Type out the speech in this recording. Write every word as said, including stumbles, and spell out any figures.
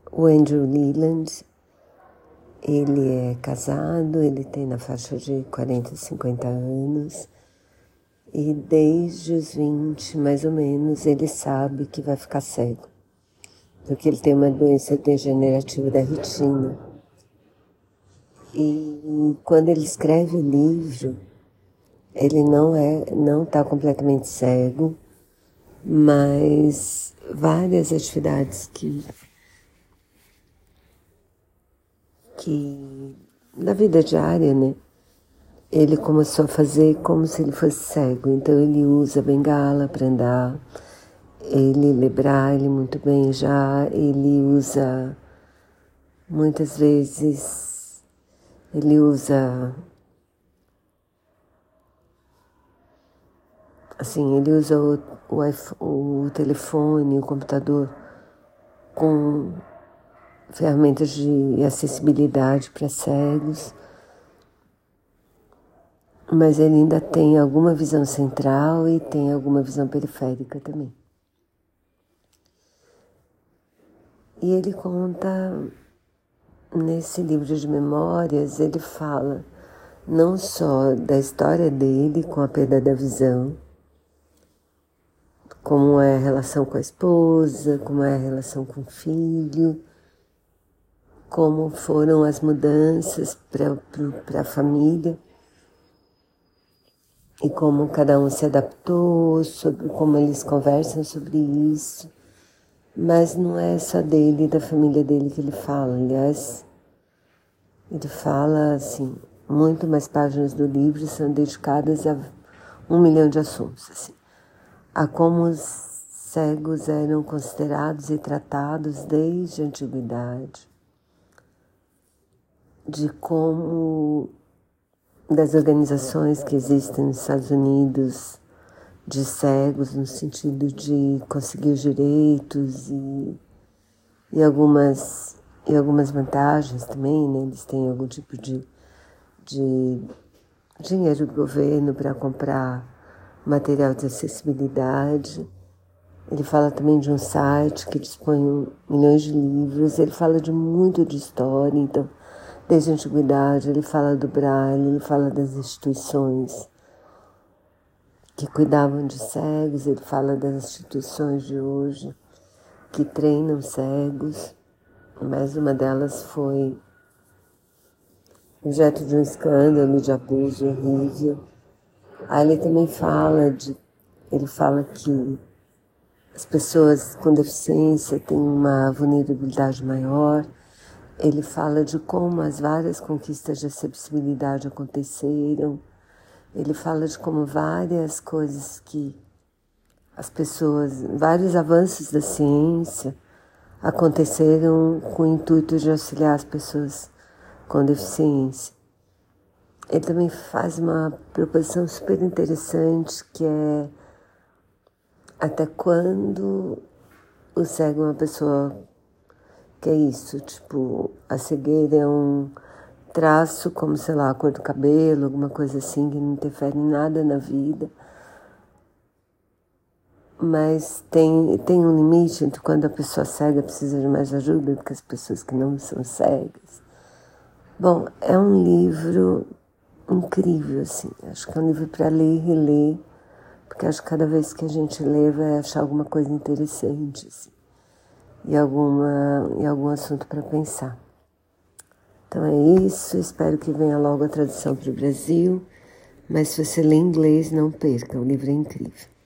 O Andrew Leland, ele é casado, ele tem na faixa de quarenta, cinquenta anos e desde os vinte, mais ou menos, ele sabe que vai ficar cego, porque ele tem uma doença degenerativa da retina. E quando ele escreve o livro, ele não é, não está completamente cego, mas várias atividades que que na vida diária, né, ele começou a fazer como se ele fosse cego. Então ele usa bengala para andar, ele lê braille muito bem já, ele usa muitas vezes, ele usa, assim, ele usa o, o, iPhone, o telefone, o computador com ferramentas de acessibilidade para cegos, mas ele ainda tem alguma visão central e tem alguma visão periférica também. E ele conta, nesse livro de memórias, ele fala não só da história dele com a perda da visão, como é a relação com a esposa, como é a relação com o filho, como foram as mudanças para a família e como cada um se adaptou, sobre como eles conversam sobre isso. Mas não é só dele e da família dele que ele fala. Aliás, ele fala assim, muito mais páginas do livro são dedicadas a um milhão de assuntos, assim, a como os cegos eram considerados e tratados desde a antiguidade, de como, das organizações que existem nos Estados Unidos de cegos, no sentido de conseguir os direitos e, e, algumas, e algumas vantagens também, né? Eles têm algum tipo de, de dinheiro do governo para comprar material de acessibilidade. Ele fala também de um site que dispõe milhões de livros, ele fala de muito de história, então desde a antiguidade, ele fala do Braille, ele fala das instituições que cuidavam de cegos, ele fala das instituições de hoje que treinam cegos, mas uma delas foi objeto de um escândalo de abuso horrível. Aí ele também fala de, ele fala que as pessoas com deficiência têm uma vulnerabilidade maior. Ele fala de como as várias conquistas de acessibilidade aconteceram. Ele fala de como várias coisas que as pessoas, vários avanços da ciência aconteceram com o intuito de auxiliar as pessoas com deficiência. Ele também faz uma proposição super interessante, que é até quando o cego é uma pessoa que é isso, tipo, a cegueira é um traço como, sei lá, a cor do cabelo, alguma coisa assim, que não interfere em nada na vida. Mas tem, tem um limite entre quando a pessoa cega precisa de mais ajuda do que as pessoas que não são cegas. Bom, é um livro incrível, assim. Acho que é um livro para ler e reler, porque acho que cada vez que a gente lê vai achar alguma coisa interessante, assim. E, alguma, e algum assunto para pensar. Então é isso, espero que venha logo a tradução para o Brasil, mas se você lê inglês, não perca, o livro é incrível.